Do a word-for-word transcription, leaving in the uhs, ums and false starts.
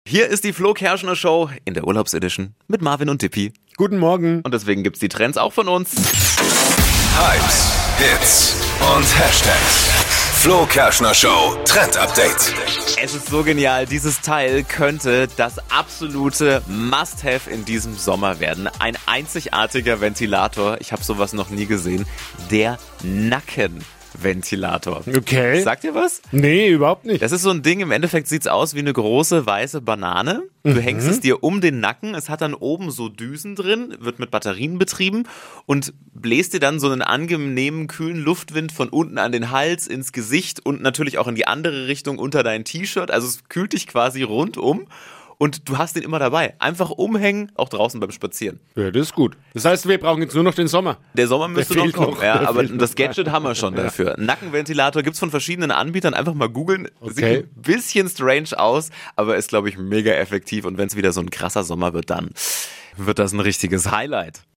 Hier ist die Flo Kerschner Show in der Urlaubsedition mit Marvin und Dippi. Guten Morgen. Und deswegen gibt's die Trends auch von uns. Hypes, Hits und Hashtags. Flo Kerschner Show Trend Update. Es ist so genial, dieses Teil könnte das absolute Must-Have in diesem Sommer werden. Ein einzigartiger Ventilator, ich habe sowas noch nie gesehen, der Nackenventilator. Okay. Sagt ihr was? Nee, überhaupt nicht. Das ist so ein Ding, im Endeffekt sieht's aus wie eine große weiße Banane. Du mhm. hängst es dir um den Nacken, es hat dann oben so Düsen drin, wird mit Batterien betrieben und bläst dir dann so einen angenehmen, kühlen Luftwind von unten an den Hals, ins Gesicht und natürlich auch in die andere Richtung unter dein T-Shirt. Also es kühlt dich quasi rundum. Und du hast den immer dabei. Einfach umhängen, auch draußen beim Spazieren. Ja, das ist gut. Das heißt, wir brauchen jetzt nur noch den Sommer. Der Sommer müsste Der noch fehlt kommen. noch. Ja, Der aber fehlt das noch. Gadget haben wir schon Ja. dafür. Nackenventilator gibt's von verschiedenen Anbietern. Einfach mal googeln. Sieht Okay. ein bisschen strange aus, aber ist, glaube ich, mega effektiv. Und wenn es wieder so ein krasser Sommer wird, dann wird das ein richtiges Highlight.